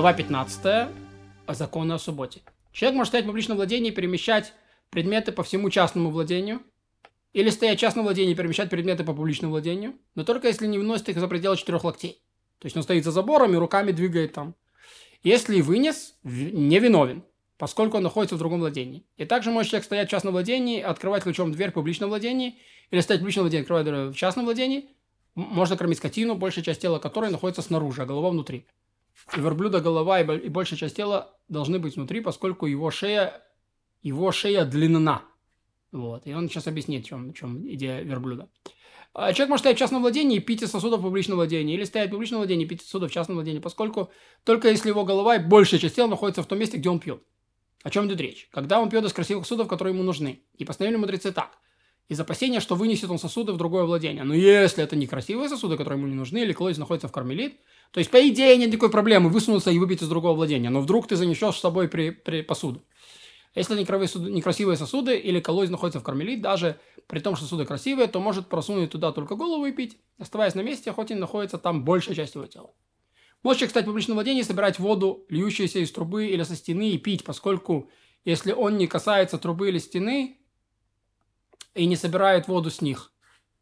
Глава 15. Законы о субботе. Человек может стоять в публичном владении и перемещать предметы по всему частному владению, или стоять в частном владении и перемещать предметы по публичному владению, но только если не выносит их за пределы 4 локтей. То есть он стоит за забором и руками двигает там. Если вынес, не виновен, поскольку он находится в другом владении. И также может человек стоять в частном владении, открывать ключом дверь в публичном владении, или стоять в публичном владении, открывать дверь в частном владении. Можно кормить скотину, большая часть тела которой находится снаружи, а голова внутри. У верблюда голова и большая часть тела должны быть внутри, поскольку его шея длинна. Вот. И он сейчас объяснит, в чем идея верблюда. Человек может стоять в частном владении и пить из сосудов в публичном владении, или стоять в публичном владении и пить из сосудов в частном владении, поскольку только если его голова и большая часть тела находится в том месте, где он пьет. О чем идет речь? Когда он пьет из красивых сосудов, которые ему нужны. И постановили мудрецы так. Из опасения, что вынесет он сосуды в другое владение. Но если это не красивые сосуды, которые ему не нужны, или колодец находится в кармелит, то есть, по идее, нет никакой проблемы высунуться и выпить из другого владения. Но вдруг ты занесешь с собой при посуду. Если некрасивые сосуды или колодец находится в кармелит, даже при том, что сосуды красивые, то может просунуть туда только голову и пить, оставаясь на месте, хоть и находится там большая часть его тела. Может человек стать в публичном владении, собирать воду, льющуюся из трубы или со стены, и пить, поскольку если он не касается трубы или стены и не собирает воду с них,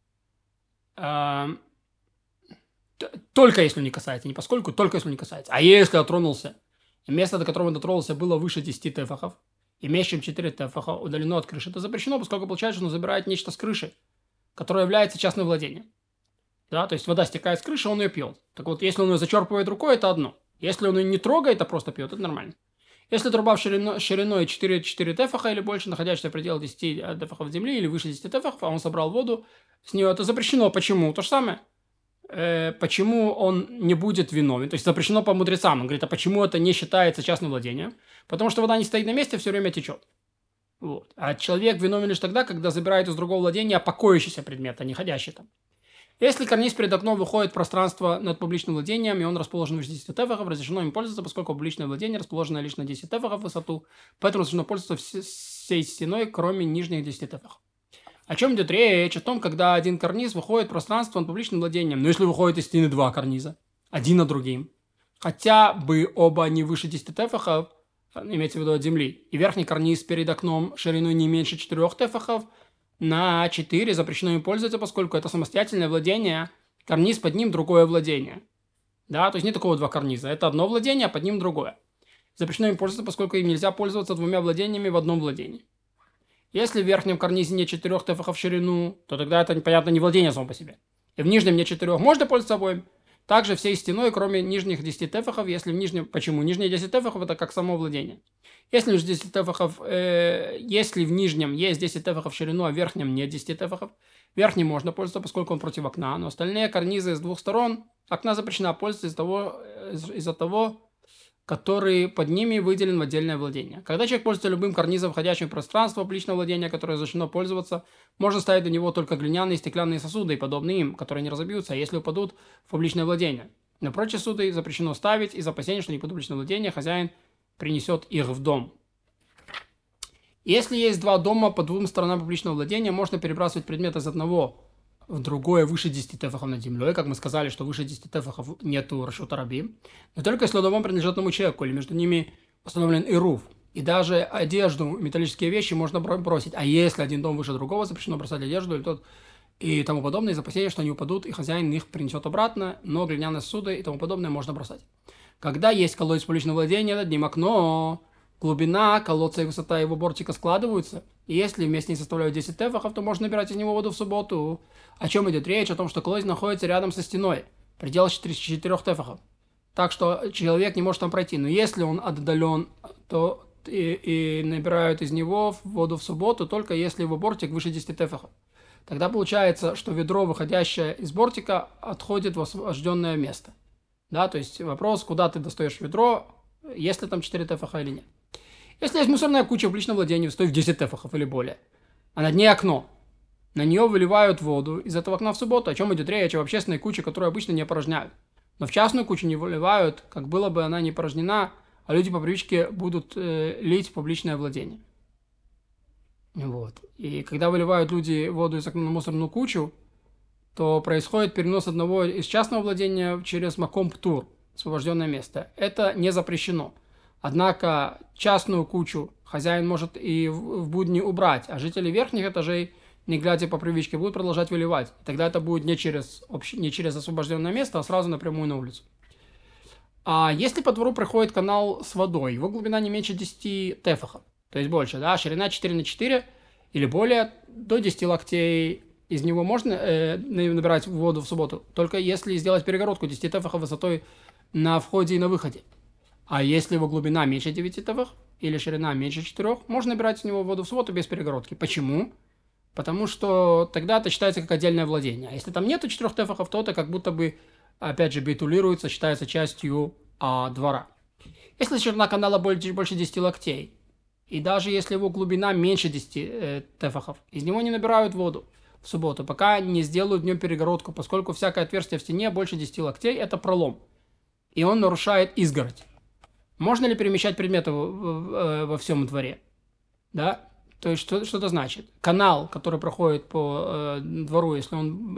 только если он не касается, не поскольку, только если он не касается. А если дотронулся, и место, до которого он дотронулся, было выше 10 тефахов, и меньше, чем 4 тефаха удалено от крыши, это запрещено, поскольку получается, что он забирает нечто с крыши, которое является частным владением. Да, то есть вода стекает с крыши, он ее пьет. Так вот, если он ее зачерпывает рукой, это одно. Если он ее не трогает, а просто пьет, это нормально. Если труба шириной 4 тефаха или больше, находящаяся в пределах 10 тефахов земли или выше 10 тефахов, а он собрал воду с нее, это запрещено. Почему? То же самое. Почему он не будет виновен? То есть запрещено по мудрецам. Он говорит, а почему это не считается частным владением? Потому что вода не стоит на месте, все время течет. Вот. А человек виновен лишь тогда, когда забирает из другого владения покоящийся предмет, а не ходящий там. Если карниз перед окном выходит в пространство над публичным владением, и он расположен выше 10 тефахов, разрешено им пользоваться, поскольку публичное владение расположено лишь на 10 тефахов в высоту, поэтому разрешено пользоваться всей стеной, кроме нижних 10 тефахов. О чем идет речь? О том, когда один карниз выходит в пространство над публичным владением. Но если выходит из стены два карниза, один над другим, хотя бы оба не выше 10 тефахов, имеется в виду от земли, и верхний карниз перед окном шириной не меньше 4 тефахов, на 4 запрещено им пользоваться, поскольку это самостоятельное владение, карниз под ним другое владение. Да, то есть нет такого два карниза. Это одно владение, а под ним другое. Запрещено им пользоваться, поскольку им нельзя пользоваться двумя владениями в одном владении. Если в верхнем карнизе нет 4 тефахов в ширину, то тогда это, понятно, не владение само по себе. И в нижнем нет 4, можно пользоваться обоим. Также всей стеной, кроме нижних 10 тефахов, если в нижнем... Почему? Нижние 10 тефахов это как само владение. Если в нижнем есть 10 тефахов в ширину, а в верхнем нет 10 тефахов, верхним можно пользоваться, поскольку он против окна, но остальные карнизы с двух сторон окна запрещено пользоваться из-за того, который под ними выделен в отдельное владение. Когда человек пользуется любым карнизом, входящим в пространство публичного владения, которое разрешено пользоваться, можно ставить до него только глиняные и стеклянные сосуды, подобные им, которые не разобьются, если упадут в публичное владение. Но прочие сосуды запрещено ставить из опасения, что не под публичное владение хозяин принесет их в дом. Если есть два дома по двум сторонам публичного владения, можно перебрасывать предметы из одного в другое выше 10 тефахов над землей. Как мы сказали, что выше 10 тефахов нету рашута рабим. Но только если дом принадлежит одному человеку, или между ними установлен ирув. И даже одежду, металлические вещи можно бросить. А если один дом выше другого, запрещено бросать одежду и тому подобное, из опасения, что они упадут, и хозяин их принесет обратно, но глиняные сосуды и тому подобное можно бросать. Когда есть колодец публичного владения, над ним окно, глубина колодца и высота его бортика складываются, и если вместе не составляют 10 тефахов, то можно набирать из него воду в субботу. О чем идет речь? О том, что колодец находится рядом со стеной, в пределах 4 тефахов. Так что человек не может там пройти. Но если он отдален, то и набирают из него воду в субботу, только если его бортик выше 10 тефахов. Тогда получается, что ведро, выходящее из бортика, отходит в освобожденное место. Да, то есть вопрос, куда ты достаешь ведро, есть ли там 4 тефаха или нет. Если есть мусорная куча в личном владении, стоит в 10 тефахов или более, а над ней окно, на нее выливают воду из этого окна в субботу, о чем идет речь, об общественной куче, которую обычно не опорожняют. Но в частную кучу не выливают, как было бы она не порожнена, а люди по привычке будут лить в публичное владение. Вот. И когда выливают люди воду из окна на мусорную кучу, то происходит перенос одного из частного владения через маком птур, освобожденное место. Это не запрещено. Однако частную кучу хозяин может и в будни убрать, а жители верхних этажей, не глядя по привычке, будут продолжать выливать. И тогда это будет не через освобожденное место, а сразу напрямую на улицу. А если по двору проходит канал с водой, его глубина не меньше 10 тефахов, то есть больше, да, ширина 4 на 4 или более, до 10 локтей, из него можно набирать воду в субботу, только если сделать перегородку 10 тефахов высотой на входе и на выходе. А если его глубина меньше 9 тефахов или ширина меньше 4, можно набирать из него воду в субботу без перегородки. Почему? Потому что тогда это считается как отдельное владение. А если там нету 4 тефахов, то это как будто бы, опять же, бейтулируется, считается частью двора. Если ширина канала больше 10 локтей, и даже если его глубина меньше 10 тефахов, из него не набирают воду в субботу, пока не сделают в нем перегородку, поскольку всякое отверстие в стене больше 10 локтей – это пролом, и он нарушает изгородь. Можно ли перемещать предметы во всем дворе? Да? То есть, что это значит? Канал, который проходит по двору, если он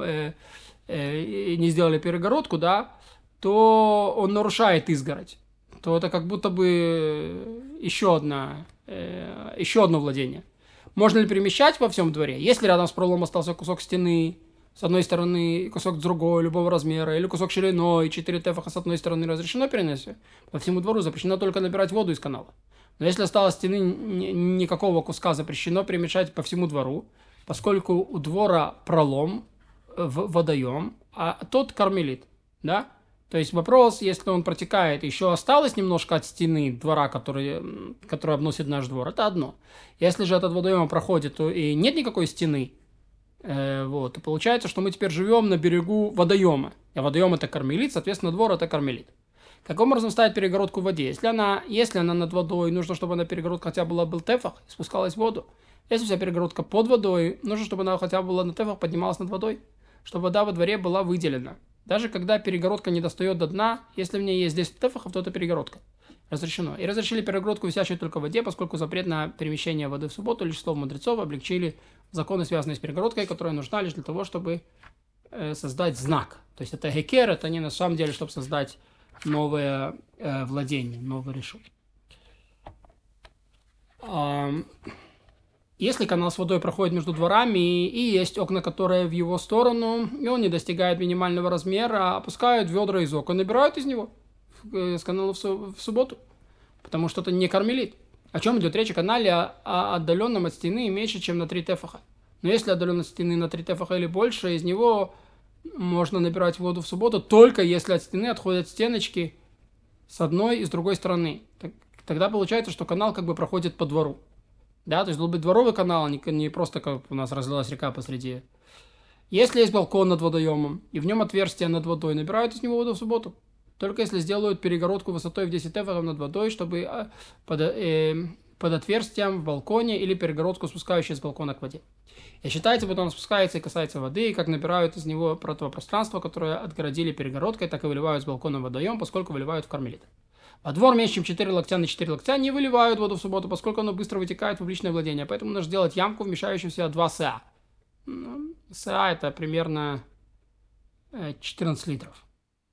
не сделали перегородку, да, то он нарушает изгородь. То это как будто бы еще одно владение. Можно ли перемещать во всем дворе? Если рядом с проломом остался кусок стены, с одной стороны, кусок с другой, любого размера, или кусок шириной, 4 тефаха с одной стороны, разрешено перенести? По всему двору запрещено только набирать воду из канала. Но если осталось стены, никакого куска запрещено перемещать по всему двору, поскольку у двора пролом, водоем, а тот кармелит, да? То есть вопрос, если он протекает, еще осталось немножко от стены двора, который обносит наш двор, это одно. Если же этот водоем проходит, то и нет никакой стены, то получается, что мы теперь живем на берегу водоема. А водоем это кармелит, соответственно, двор это кармелит. Каким образом ставить перегородку в воде? Если она над водой, нужно, чтобы она перегородка хотя бы был тефах, спускалась в воду. Если вся перегородка под водой, нужно, чтобы она хотя бы была на тефах, поднималась над водой, чтобы вода во дворе была выделена. Даже когда перегородка не достает до дна, если в ней есть 10 тефахов, то это перегородка. Разрешено. И разрешили перегородку, висящую только в воде, поскольку запрет на перемещение воды в субботу лишь слов мудрецов облегчили законы, связанные с перегородкой, которая нужна лишь для того, чтобы создать знак. То есть это гекер, это не на самом деле, чтобы создать новое владение, новый решут. Если канал с водой проходит между дворами и есть окна, которые в его сторону, и он не достигает минимального размера, опускают ведра из окон, набирают из него с канала в субботу, потому что это не кармелит. О чем идет речь? О канале отдаленном от стены меньше, чем на 3 тефаха. Но если отдаленность стены на 3 тефаха или больше, из него можно набирать воду в субботу, только если от стены отходят стеночки с одной и с другой стороны. Тогда получается, что канал как бы проходит по двору. Да, то есть должен быть дворовый канал, не просто как у нас разлилась река посреди. Если есть балкон над водоемом, и в нем отверстие над водой, набирают из него воду в субботу. Только если сделают перегородку высотой в 10 тефахов над водой, чтобы под отверстием в балконе или перегородку, спускающую с балкона к воде. И считайте, вот он спускается и касается воды, и как набирают из него противопространство, которое отгородили перегородкой, так и выливают с балкона в водоем, поскольку выливают в кармелит. Во двор меньше, чем 4 локтя на 4 локтя не выливают воду в субботу, поскольку оно быстро вытекает в публичное владение. Поэтому нужно сделать ямку, вмещающуюся 2 СА. СА это примерно 14 литров.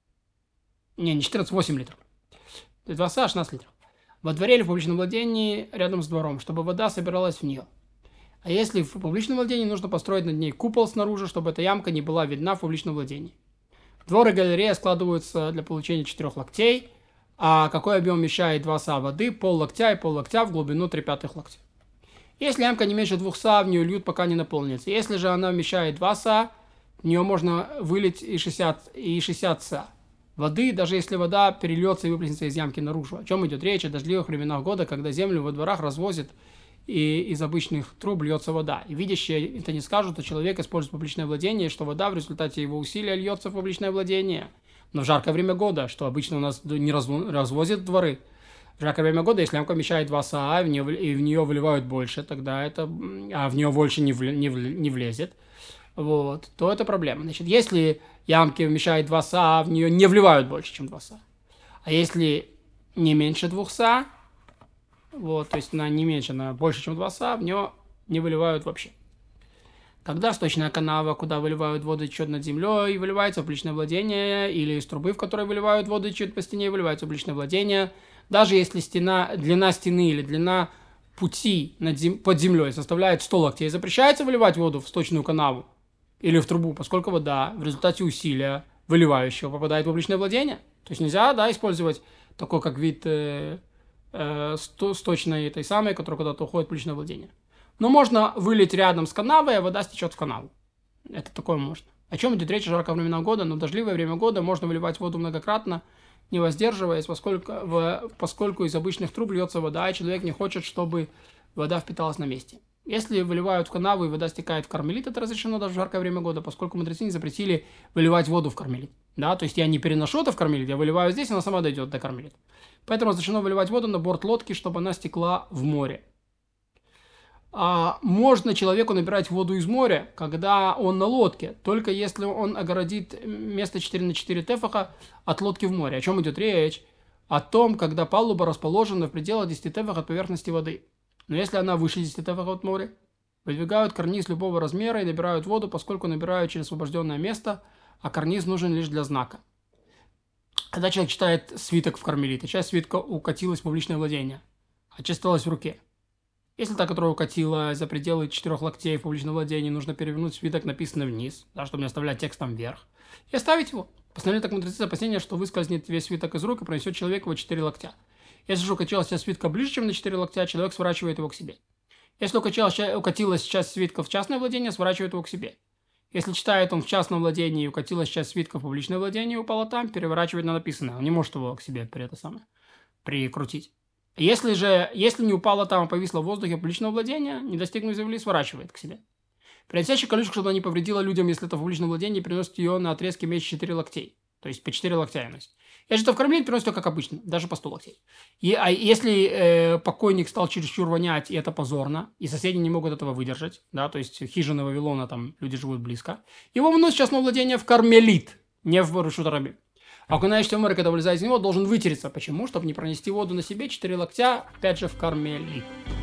Не 14, 8 литров. То есть 2 СА 16 литров. Во дворе или в публичном владении рядом с двором, чтобы вода собиралась в нее. А если в публичном владении, нужно построить над ней купол снаружи, чтобы эта ямка не была видна в публичном владении. Двор и галерея складываются для получения 4 локтей. А какой объем вмещает 2 СА воды? Пол локтя и пол локтя в глубину 3/5 локтя. Если ямка не меньше 2 СА, в нее льют, пока не наполнится. Если же она вмещает 2 СА, в нее можно вылить и 60 СА воды, даже если вода перельется и выплеснется из ямки наружу. О чем идет речь? О дождливых временах года, когда землю во дворах развозят, и из обычных труб льется вода. И видящие это не скажут, что человек использует публичное владение, что вода в результате его усилия льется в публичное владение. Но в жаркое время года, что обычно у нас не развозят дворы, в жаркое время года, если ямка вмещает 2 СА, и в нее выливают больше, тогда это, а в нее больше не влезет, то это проблема. Значит, если ямки вмещает 2 СА, в нее не вливают больше, чем 2 СА. А если не меньше 2 СА, то есть она не меньше, она больше, чем 2 СА, в нее не выливают вообще. Когда сточная канава, куда выливают воду, течет над землей, выливается в публичное владение, или из трубы, в которой выливают воду, течет по стене, выливается в публичное владение, даже если длина стены или длина пути под землей составляет 100 локтей, запрещается выливать воду в сточную канаву или в трубу, поскольку вода в результате усилия выливающего попадает в публичное владение. То есть нельзя, использовать такой как вид сточной этой самой, которая куда-то уходит в публичное владение. Но можно вылить рядом с канавой, а вода стечет в канаву. Это такое можно. О чем идет речь в жаркое время года? Но в дождливое время года можно выливать воду многократно, не воздерживаясь, поскольку из обычных труб льется вода, и человек не хочет, чтобы вода впиталась на месте. Если выливают в канаву и вода стекает в кармелит, это разрешено даже в жаркое время года, поскольку мудрецы не запретили выливать воду в кармелит. То есть я не переношу это в кармелит, я выливаю здесь, она сама дойдет до кармелита. Поэтому разрешено выливать воду на борт лодки, чтобы она стекла в море. Можно человеку набирать воду из моря, когда он на лодке, только если он огородит место 4х4 тефаха от лодки в море. О чем идет речь? О том, когда палуба расположена в пределах 10 тефах от поверхности воды. Но если она выше 10 тефах от моря, выдвигают карниз любого размера и набирают воду, поскольку набирают через освобожденное место, а карниз нужен лишь для знака. Когда человек читает свиток в кармелите, часть свитка укатилась в публичное владение, а часть осталась в руке. Если та, которая укатила за пределы 4 локтей в публичном владении, нужно перевернуть свиток, написанный вниз, чтобы не оставлять текстом вверх, и оставить его. Постановили так мудрецы опасения, что выскользнет весь свиток из рук и пронесет человека во 4 локтя. Если же укатилась часть свитка ближе, чем на 4 локтя, человек сворачивает его к себе. Если укатилась часть свитка в частное владение, сворачивает его к себе. Если читает он в частном владении и укатилась часть свитка в публичное владение и упала там, переворачивает на написанное. Он не может его к себе прикрутить. Если не упала там, а повисла в воздухе публичного владения, не достигнув земли, сворачивает к себе. Приносящий колючку, чтобы она не повредила людям, если это в публичном владении, приносит ее на отрезке меньше 4 локтей. То есть по 4 локтя ее носит. Если это в кармелит, приносит ее как обычно, даже по 100 локтей. Если покойник стал чересчур вонять, и это позорно, и соседи не могут этого выдержать, то есть хижины Вавилона, там люди живут близко, его выносят в частное владение в кармелит, не в Рашут ха-Рабим. А окунающийся в море, когда вылезает из него, должен вытереться. Почему? Чтобы не пронести воду на себе 4 локтя, опять же, в кармелит.